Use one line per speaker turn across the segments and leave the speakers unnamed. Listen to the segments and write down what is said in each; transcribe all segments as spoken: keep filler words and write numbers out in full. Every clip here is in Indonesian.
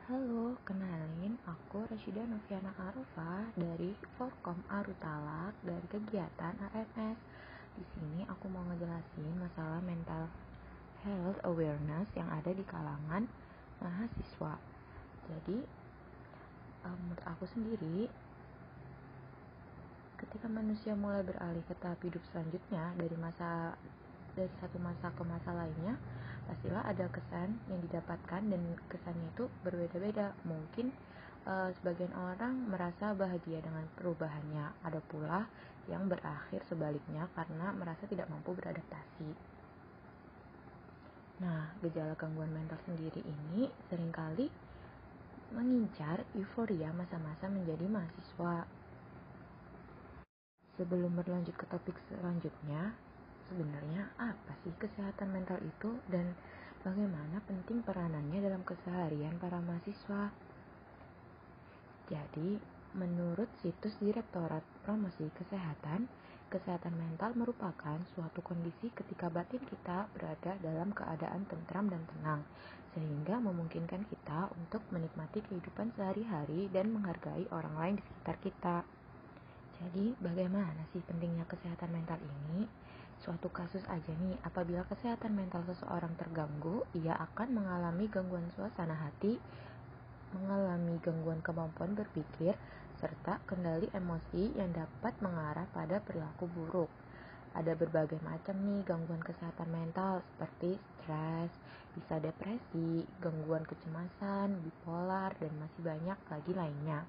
Halo, kenalin aku Rasyida Noviana Arufah dari Forkom Arutalak dari kegiatan A M S. Di sini aku mau ngejelasin masalah mental health awareness yang ada di kalangan mahasiswa. Jadi, um, menurut aku sendiri, ketika manusia mulai beralih ke tahap hidup selanjutnya dari masa dari satu masa ke masa lainnya, pastilah ada kesan yang didapatkan dan kesannya itu berbeda-beda. Mungkin uh, sebagian orang merasa bahagia dengan perubahannya, ada pula yang berakhir sebaliknya karena merasa tidak mampu beradaptasi. Nah, gejala gangguan mental sendiri ini seringkali mengincar euforia masa-masa menjadi mahasiswa. Sebelum berlanjut ke topik selanjutnya, sebenarnya apa sih kesehatan mental itu dan bagaimana penting peranannya dalam keseharian para mahasiswa? Jadi, menurut situs Direktorat Promosi Kesehatan, kesehatan mental merupakan suatu kondisi ketika batin kita berada dalam keadaan tentram dan tenang, sehingga memungkinkan kita untuk menikmati kehidupan sehari-hari dan menghargai orang lain di sekitar kita. Jadi, bagaimana sih pentingnya kesehatan mental ini? Suatu kasus aja nih, apabila kesehatan mental seseorang terganggu, ia akan mengalami gangguan suasana hati, mengalami gangguan kemampuan berpikir, serta kendali emosi yang dapat mengarah pada perilaku buruk. Ada berbagai macam nih gangguan kesehatan mental seperti stres, bisa depresi, gangguan kecemasan, bipolar, dan masih banyak lagi lainnya.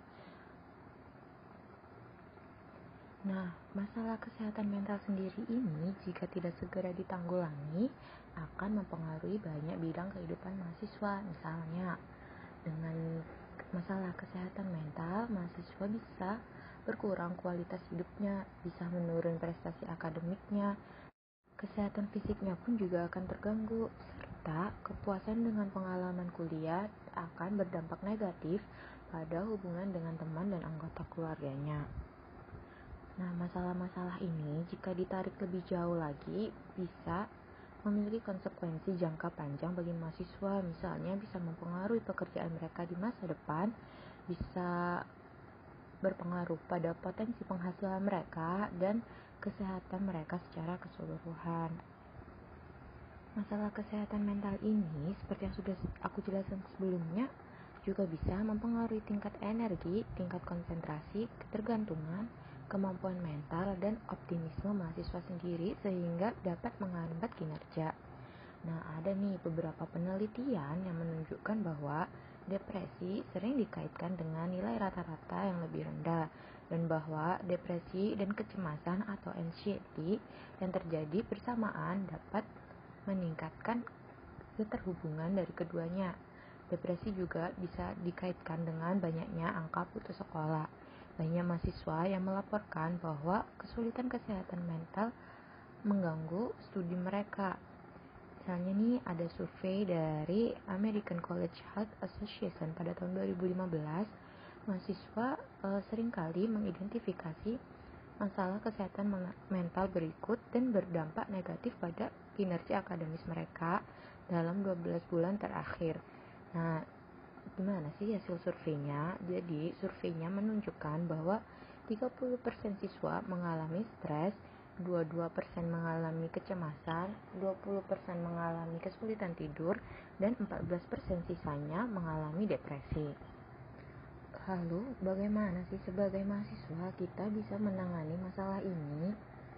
Nah, masalah kesehatan mental sendiri ini jika tidak segera ditanggulangi akan mempengaruhi banyak bidang kehidupan mahasiswa. Misalnya, dengan masalah kesehatan mental, mahasiswa bisa berkurang kualitas hidupnya, bisa menurun prestasi akademiknya, kesehatan fisiknya pun juga akan terganggu, serta kepuasan dengan pengalaman kuliah akan berdampak negatif pada hubungan dengan teman dan anggota keluarganya. Nah, masalah-masalah ini jika ditarik lebih jauh lagi bisa memiliki konsekuensi jangka panjang bagi mahasiswa. Misalnya bisa mempengaruhi pekerjaan mereka di masa depan, bisa berpengaruh pada potensi penghasilan mereka dan kesehatan mereka secara keseluruhan. Masalah kesehatan mental ini, seperti yang sudah aku jelaskan sebelumnya, juga bisa mempengaruhi tingkat energi, tingkat konsentrasi, ketergantungan, kemampuan mental, dan optimisme mahasiswa sendiri sehingga dapat menghambat kinerja. Nah, ada nih beberapa penelitian yang menunjukkan bahwa depresi sering dikaitkan dengan nilai rata-rata yang lebih rendah dan bahwa depresi dan kecemasan atau anxiety yang terjadi bersamaan dapat meningkatkan keterhubungan dari keduanya. Depresi juga bisa dikaitkan dengan banyaknya angka putus sekolah. Banyak mahasiswa yang melaporkan bahwa kesulitan kesehatan mental mengganggu studi mereka. Misalnya nih, ada survei dari American College Health Association pada tahun dua ribu lima belas, mahasiswa e, seringkali mengidentifikasi masalah kesehatan mental berikut dan berdampak negatif pada kinerja akademis mereka dalam dua belas bulan terakhir. Nah, gimana sih hasil surveinya? Jadi, surveinya menunjukkan bahwa tiga puluh persen siswa mengalami stres, dua puluh dua persen mengalami kecemasan, dua puluh persen mengalami kesulitan tidur, dan empat belas persen sisanya mengalami depresi. Lalu, bagaimana sih sebagai mahasiswa kita bisa menangani masalah ini?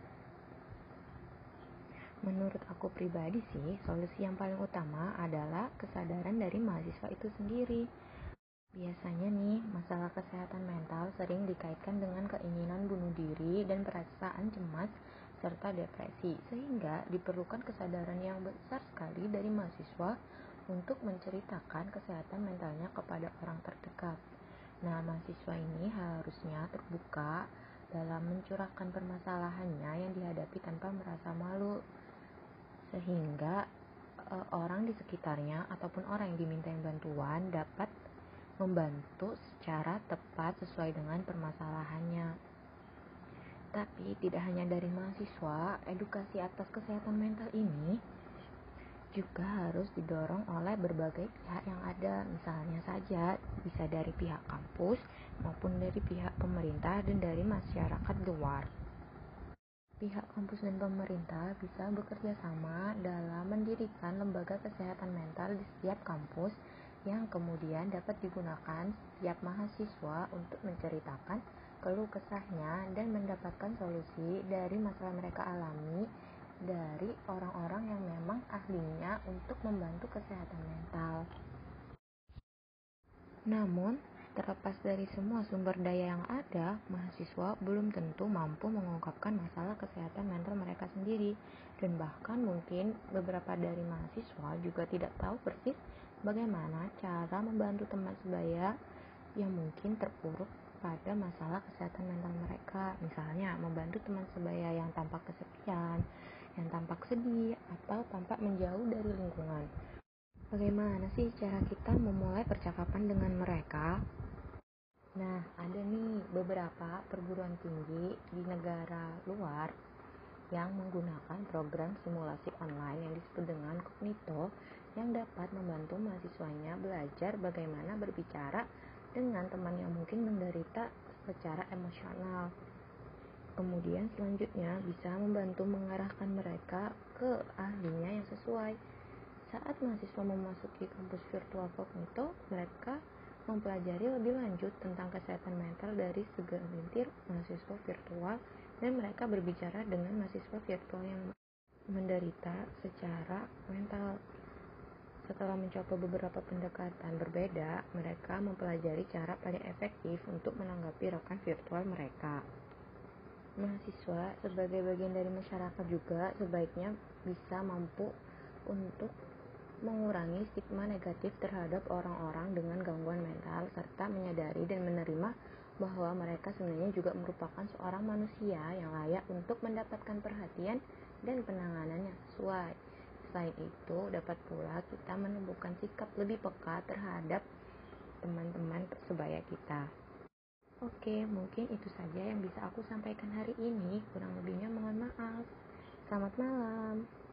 Menurut aku pribadi sih, solusi yang paling utama adalah kesadaran dari mahasiswa itu sendiri. Biasanya nih, masalah kesehatan mental sering dikaitkan dengan keinginan bunuh diri dan perasaan cemas serta depresi, sehingga diperlukan kesadaran yang besar sekali dari mahasiswa untuk menceritakan kesehatan mentalnya kepada orang terdekat. Nah, mahasiswa ini harusnya terbuka dalam mencurahkan permasalahannya yang dihadapi tanpa merasa malu, sehingga e, orang di sekitarnya ataupun orang yang dimintai bantuan dapat membantu secara tepat sesuai dengan permasalahannya. Tapi tidak hanya dari mahasiswa, edukasi atas kesehatan mental ini juga harus didorong oleh berbagai pihak yang ada, misalnya saja bisa dari pihak kampus maupun dari pihak pemerintah dan dari masyarakat luar. Pihak kampus dan pemerintah bisa bekerja sama dalam mendirikan lembaga kesehatan mental di setiap kampus yang kemudian dapat digunakan setiap mahasiswa untuk menceritakan keluh kesahnya dan mendapatkan solusi dari masalah mereka alami dari orang-orang yang memang ahlinya untuk membantu kesehatan mental. Namun, terlepas dari semua sumber daya yang ada, mahasiswa belum tentu mampu mengungkapkan masalah kesehatan mental mereka sendiri, dan bahkan mungkin beberapa dari mahasiswa juga tidak tahu persis bagaimana cara membantu teman sebaya yang mungkin terpuruk pada masalah kesehatan mental mereka. Misalnya, membantu teman sebaya yang tampak kesepian, yang tampak sedih, atau tampak menjauh dari lingkungan. Bagaimana sih cara kita memulai percakapan dengan mereka? Nah, ada nih beberapa perguruan tinggi di negara luar yang menggunakan program simulasi online yang disebut dengan Cognito yang dapat membantu mahasiswanya belajar bagaimana berbicara dengan teman yang mungkin menderita secara emosional. Kemudian selanjutnya bisa membantu mengarahkan mereka ke ahlinya yang sesuai. Saat mahasiswa memasuki kampus virtual Cognito, mereka mempelajari lebih lanjut tentang kesehatan mental dari segelintir mahasiswa virtual dan mereka berbicara dengan mahasiswa virtual yang menderita secara mental. Setelah mencoba beberapa pendekatan berbeda, mereka mempelajari cara paling efektif untuk menanggapi rekan virtual mereka. Mahasiswa sebagai bagian dari masyarakat juga sebaiknya bisa mampu untuk mengurangi stigma negatif terhadap orang-orang dengan gangguan mental serta menyadari dan menerima bahwa mereka sebenarnya juga merupakan seorang manusia yang layak untuk mendapatkan perhatian dan penanganan yang sesuai. Selain itu, dapat pula kita menumbuhkan sikap lebih peka terhadap teman-teman sebaya kita. Oke, mungkin itu saja yang bisa aku sampaikan hari ini. Kurang lebihnya mohon maaf. Selamat malam.